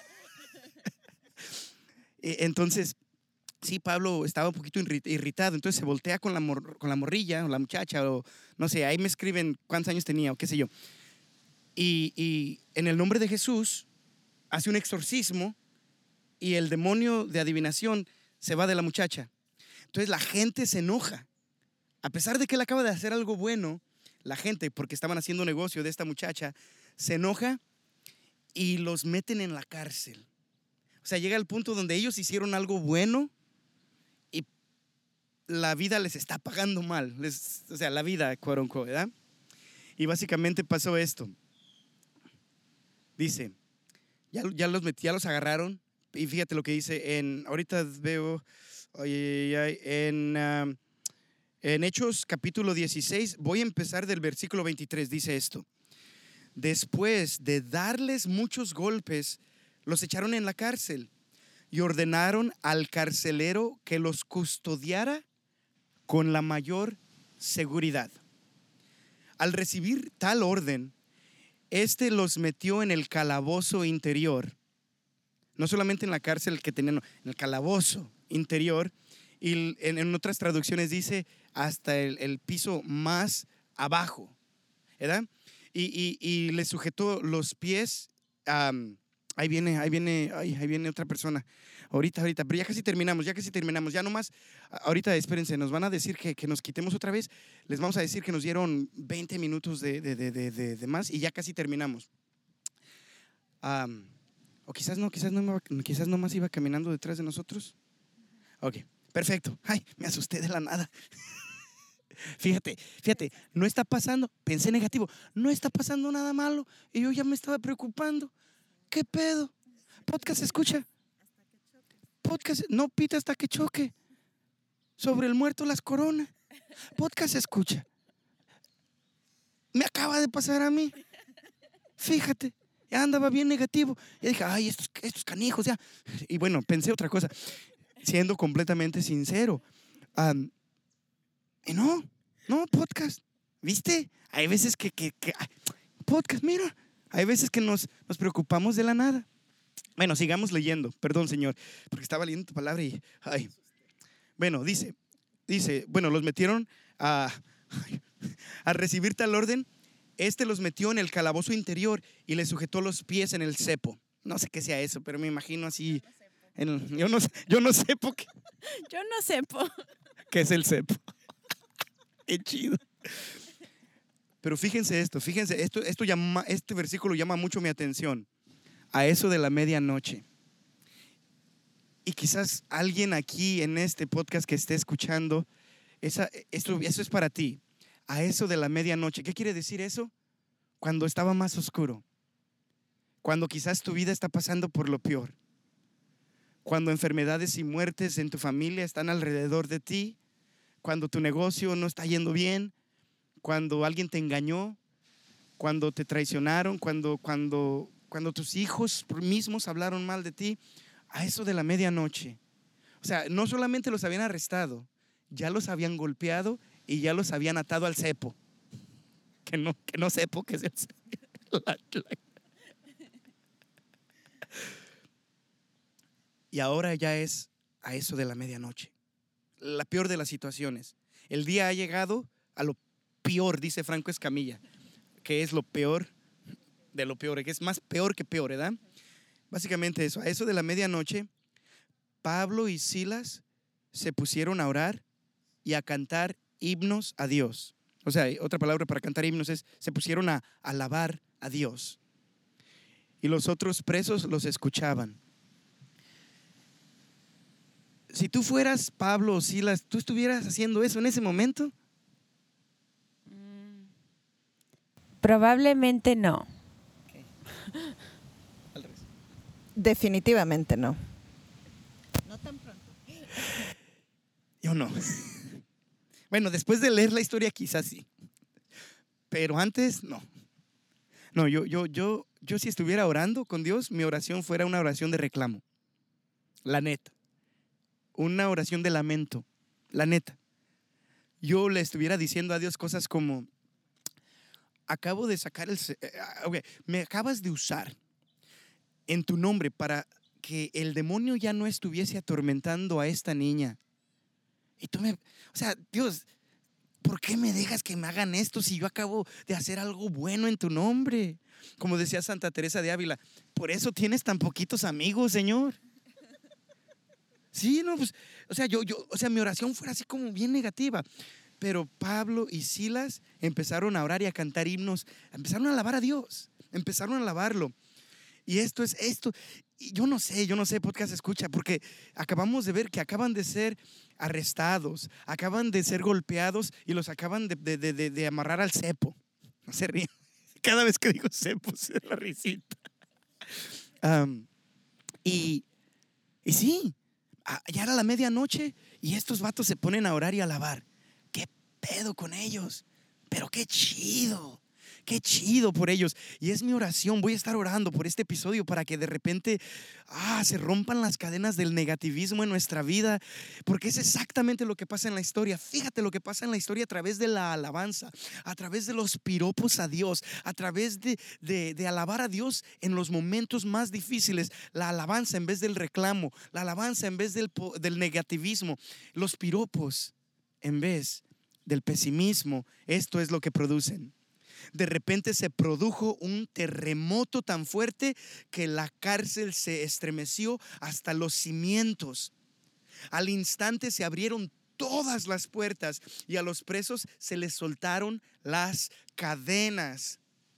Entonces, sí, Pablo estaba un poquito irritado, entonces se voltea con la morrilla o la muchacha, o no sé, ahí me escriben cuántos años tenía o qué sé yo. Y en el nombre de Jesús hace un exorcismo y el demonio de adivinación se va de la muchacha. Entonces la gente se enoja. A pesar de que él acaba de hacer algo bueno, la gente, porque estaban haciendo negocio de esta muchacha, se enoja y los meten en la cárcel. O sea, llega el punto donde ellos hicieron algo bueno y la vida les está pagando mal. O sea, la vida, quote unquote, ¿verdad? Y básicamente pasó esto. Dice, ya los agarraron. Y fíjate lo que dice ahorita veo, en Hechos capítulo 16, voy a empezar del versículo 23, dice esto. Después de darles muchos golpes, los echaron en la cárcel y ordenaron al carcelero que los custodiara con la mayor seguridad. Al recibir tal orden, los metió en el calabozo interior. No solamente en la cárcel que tenían, en el calabozo interior. Y en otras traducciones dice hasta el piso más abajo, ¿verdad? Y le sujetó los pies. Ahí viene otra persona. Ahorita, pero ya casi terminamos. Ya nomás, ahorita espérense, nos van a decir que nos quitemos otra vez. Les vamos a decir que nos dieron 20 minutos de más y ya casi terminamos. O quizás nomás iba caminando detrás de nosotros. Ok. Perfecto. Ay, me asusté de la nada. Fíjate, no está pasando, pensé negativo, no está pasando nada malo y yo ya me estaba preocupando. ¿Qué pedo? Podcast escucha. podcast, no pita hasta que choque. Sobre el muerto las coronas. Podcast escucha. Me acaba de pasar a mí. Fíjate, ya andaba bien negativo. Y dije, ay, estos canijos ya. Y bueno, pensé otra cosa, siendo completamente sincero. Y no, podcast. ¿Viste? Hay veces que podcast, mira. Hay veces que nos preocupamos de la nada. Bueno, sigamos leyendo. Perdón, Señor, porque estaba leyendo tu palabra y ay. Bueno, dice, bueno, los metieron a recibir tal orden. Los metió en el calabozo interior y les sujetó los pies en el cepo. No sé qué sea eso, pero me imagino así. Yo no sé por qué. Yo no sé. ¿Qué es el cepo? Qué chido. Pero fíjense esto, este versículo llama mucho mi atención. A eso de la medianoche. Y quizás alguien aquí en este podcast que esté escuchando, eso es para ti. A eso de la medianoche. ¿Qué quiere decir eso? Cuando estaba más oscuro. Cuando quizás tu vida está pasando por lo peor. Cuando enfermedades y muertes en tu familia están alrededor de ti. Cuando tu negocio no está yendo bien. Cuando alguien te engañó. Cuando te traicionaron. Cuando tus hijos mismos hablaron mal de ti. A eso de la medianoche. O sea, no solamente los habían arrestado, ya los habían golpeado y ya los habían atado al cepo. Que no sepo qué es el cepo. Y ahora ya es a eso de la medianoche. La peor de las situaciones. El día ha llegado a lo peor, dice Franco Escamilla, que es lo peor de lo peor, que es más peor que peor, ¿verdad? Básicamente eso, a eso de la medianoche, Pablo y Silas se pusieron a orar y a cantar himnos a Dios. O sea, otra palabra para cantar himnos es, se pusieron a alabar a Dios. Y los otros presos los escuchaban. Si tú fueras Pablo o Silas, ¿tú estuvieras haciendo eso en ese momento? Probablemente no. Okay. Al revés. Definitivamente no. No tan pronto. Yo no. Bueno, después de leer la historia quizás sí. Pero antes no. No, yo si estuviera orando con Dios, mi oración fuera una oración de reclamo. La neta. Una oración de lamento. La neta. Yo le estuviera diciendo a Dios cosas como: acabo de sacar me acabas de usar en tu nombre para que el demonio ya no estuviese atormentando a esta niña. Y o sea, Dios, ¿por qué me dejas que me hagan esto si yo acabo de hacer algo bueno en tu nombre? Como decía Santa Teresa de Ávila, por eso tienes tan poquitos amigos, Señor. Sí, no, pues, o sea, mi oración fuera así como bien negativa. Pero Pablo y Silas empezaron a orar y a cantar himnos, empezaron a alabar a Dios, empezaron a alabarlo. Y esto. Y yo no sé, podcast escucha, porque acabamos de ver que acaban de ser arrestados, acaban de ser golpeados y los acaban de amarrar al cepo. No se ríen. Cada vez que digo cepo se da la risita. Y sí, ya era la medianoche y estos vatos se ponen a orar y a alabar. ¿Qué pedo con ellos? Pero qué chido por ellos. Y es mi oración, voy a estar orando por este episodio para que de repente se rompan las cadenas del negativismo en nuestra vida, porque es exactamente lo que pasa en la historia. Fíjate lo que pasa en la historia a través de la alabanza, a través de los piropos a Dios, a través de alabar a Dios en los momentos más difíciles. La alabanza en vez del reclamo, la alabanza en vez del negativismo, los piropos en vez del pesimismo. Esto es lo que producen. De repente se produjo un terremoto tan fuerte que la cárcel se estremeció hasta los cimientos. Al instante se abrieron todas las puertas y a los presos se les soltaron las cadenas.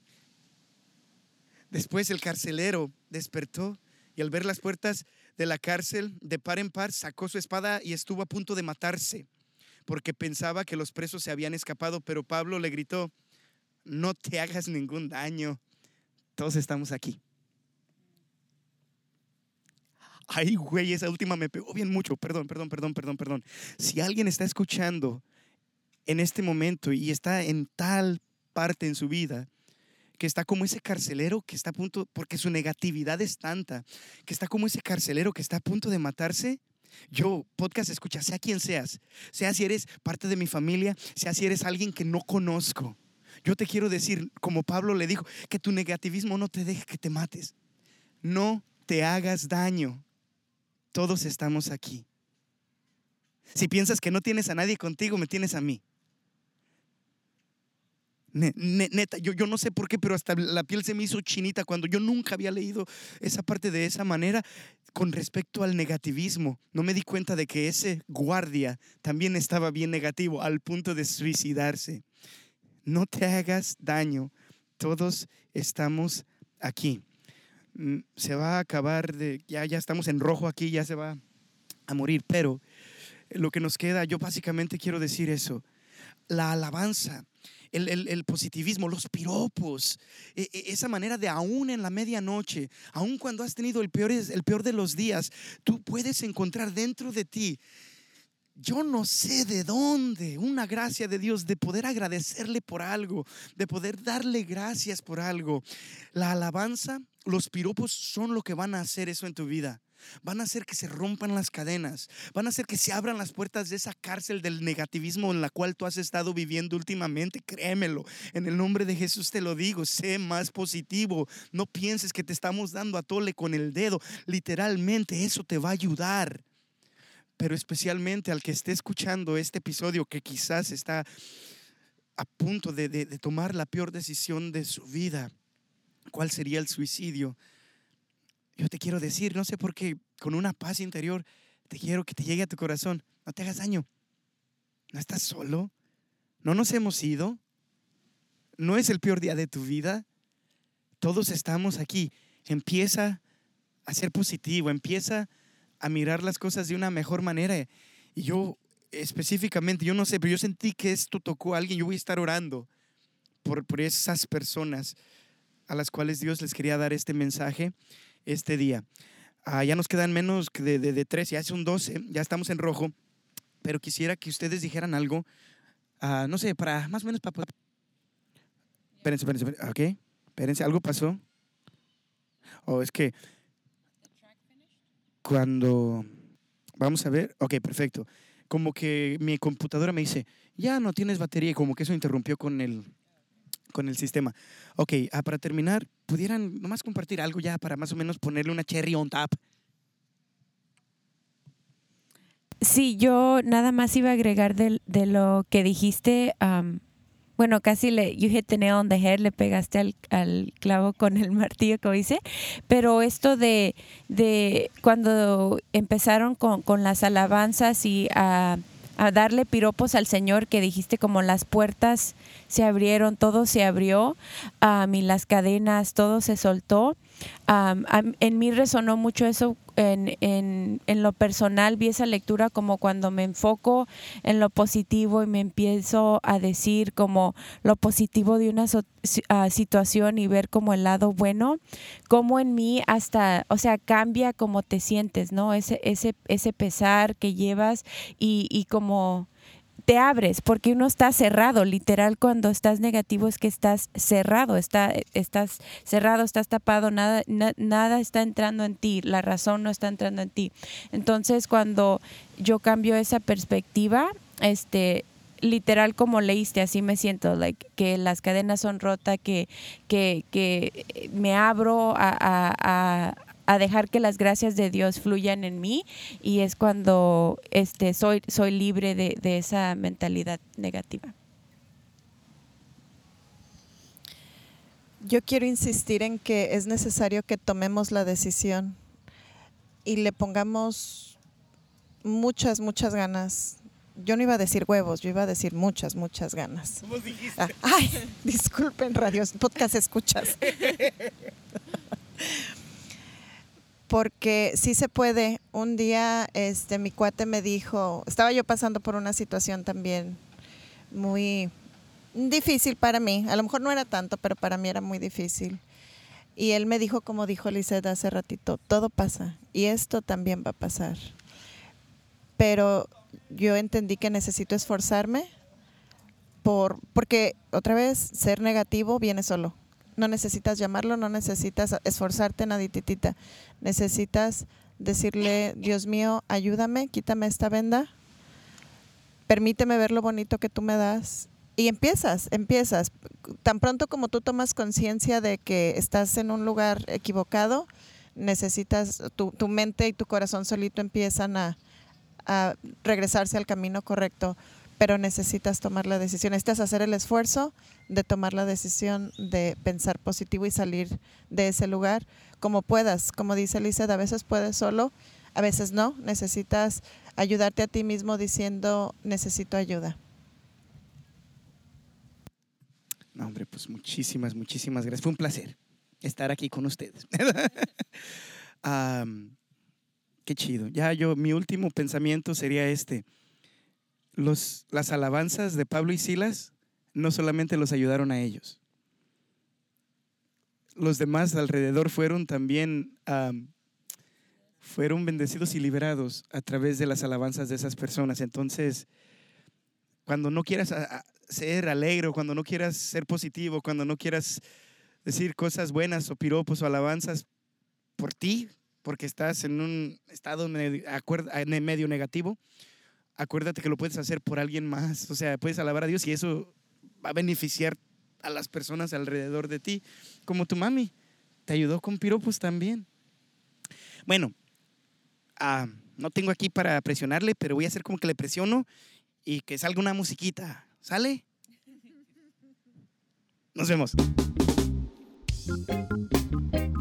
Después el carcelero despertó y al ver las puertas de la cárcel de par en par sacó su espada y estuvo a punto de matarse porque pensaba que los presos se habían escapado, pero Pablo le gritó: no te hagas ningún daño, todos estamos aquí. Ay, güey, esa última me pegó bien mucho. Perdón. Si alguien está escuchando en este momento y está en tal parte en su vida que está como ese carcelero que está a punto, porque su negatividad es tanta, que está como ese carcelero que está a punto de matarse. Yo, podcast escucha, sea quien seas, sea si eres parte de mi familia, sea si eres alguien que no conozco, yo te quiero decir, como Pablo le dijo, que tu negativismo no te deje que te mates. No te hagas daño. Todos estamos aquí. Si piensas que no tienes a nadie contigo, me tienes a mí. Neta, yo no sé por qué, pero hasta la piel se me hizo chinita cuando yo nunca había leído esa parte de esa manera con respecto al negativismo. No me di cuenta de que ese guardia también estaba bien negativo al punto de suicidarse. No te hagas daño. Todos estamos aquí. Se va a acabar ya estamos en rojo aquí, ya se va a morir, pero lo que nos queda, yo básicamente quiero decir eso. La alabanza, el positivismo, los piropos, esa manera de aún en la medianoche, aún cuando has tenido el peor de los días, tú puedes encontrar dentro de ti, yo no sé de dónde, una gracia de Dios de poder agradecerle por algo, de poder darle gracias por algo. La alabanza, los piropos son lo que van a hacer eso en tu vida. Van a hacer que se rompan las cadenas, van a hacer que se abran las puertas de esa cárcel del negativismo en la cual tú has estado viviendo últimamente. Créemelo, en el nombre de Jesús te lo digo, sé más positivo. No pienses que te estamos dando a tole con el dedo. Literalmente eso te va a ayudar. Pero especialmente al que esté escuchando este episodio, que quizás está a punto de tomar la peor decisión de su vida, ¿cuál sería el suicidio? Yo te quiero decir, no sé por qué, con una paz interior, te quiero que te llegue a tu corazón. No te hagas daño. No estás solo. No nos hemos ido. No es el peor día de tu vida. Todos estamos aquí. Empieza a ser positivo. Empieza a mirar las cosas de una mejor manera. Y yo específicamente, yo no sé, pero yo sentí que esto tocó a alguien. Yo voy a estar orando por esas personas a las cuales Dios les quería dar este mensaje este día. Ya nos quedan menos de 3, ya son 12, ya estamos en rojo, pero quisiera que ustedes dijeran algo, no sé, para más o menos para... Espérense, ok, espérense, ¿algo pasó? Es que cuando... Vamos a ver, ok, perfecto. Como que mi computadora me dice, ya no tienes batería, y como que eso interrumpió con el sistema. Ok, para terminar, ¿pudieran nomás compartir algo ya para más o menos ponerle una cherry on top? Sí, yo nada más iba a agregar de lo que dijiste. Bueno, casi you hit the nail on the head, le pegaste al clavo con el martillo, como dice. Pero esto de cuando empezaron con las alabanzas y a darle piropos al Señor, que dijiste como las puertas se abrieron, todo se abrió, y las cadenas, todo se soltó. En mí resonó mucho eso. En lo personal vi esa lectura como cuando me enfoco en lo positivo y me empiezo a decir como lo positivo de una situación y ver como el lado bueno, como en mí hasta, o sea, cambia como te sientes, ¿no? Ese pesar que llevas y como te abres, porque uno está cerrado, literal. Cuando estás negativo es que estás cerrado, estás cerrado, estás tapado, nada está entrando en ti, la razón no está entrando en ti. Entonces, cuando yo cambio esa perspectiva, literal, como leíste, así me siento, que las cadenas son rotas, que me abro a dejar que las gracias de Dios fluyan en mí, y es cuando soy libre de esa mentalidad negativa. Yo quiero insistir en que es necesario que tomemos la decisión y le pongamos muchas ganas. Yo no iba a decir huevos, yo iba a decir muchas ganas. ¿Cómo dijiste? Ay, disculpen, radios, podcast escuchas. Porque sí se puede. Un día mi cuate me dijo, estaba yo pasando por una situación también muy difícil para mí. A lo mejor no era tanto, pero para mí era muy difícil. Y él me dijo, como dijo Lizeth hace ratito, todo pasa y esto también va a pasar. Pero yo entendí que necesito esforzarme porque otra vez ser negativo viene solo. No necesitas llamarlo, no necesitas esforzarte nadititita. Necesitas decirle, Dios mío, ayúdame, quítame esta venda, permíteme ver lo bonito que tú me das. Y empiezas. Tan pronto como tú tomas conciencia de que estás en un lugar equivocado, necesitas, tu mente y tu corazón solito empiezan a regresarse al camino correcto, pero necesitas tomar la decisión, necesitas hacer el esfuerzo de tomar la decisión de pensar positivo y salir de ese lugar como puedas. Como dice Lizeth, a veces puedes solo, a veces no, necesitas ayudarte a ti mismo diciendo, necesito ayuda. No, hombre, pues muchísimas gracias. Fue un placer estar aquí con ustedes. Qué chido. Mi último pensamiento sería este. Las alabanzas de Pablo y Silas no solamente los ayudaron a ellos. Los demás alrededor fueron también fueron bendecidos y liberados a través de las alabanzas de esas personas. Entonces, cuando no quieras ser alegre, cuando no quieras ser positivo, cuando no quieras decir cosas buenas o piropos o alabanzas por ti, porque estás en un estado medio negativo, acuérdate que lo puedes hacer por alguien más. O sea, puedes alabar a Dios y eso va a beneficiar a las personas alrededor de ti, como tu mami te ayudó con piropos también. Bueno, no tengo aquí para presionarle, pero voy a hacer como que le presiono y que salga una musiquita. ¿Sale? Nos vemos.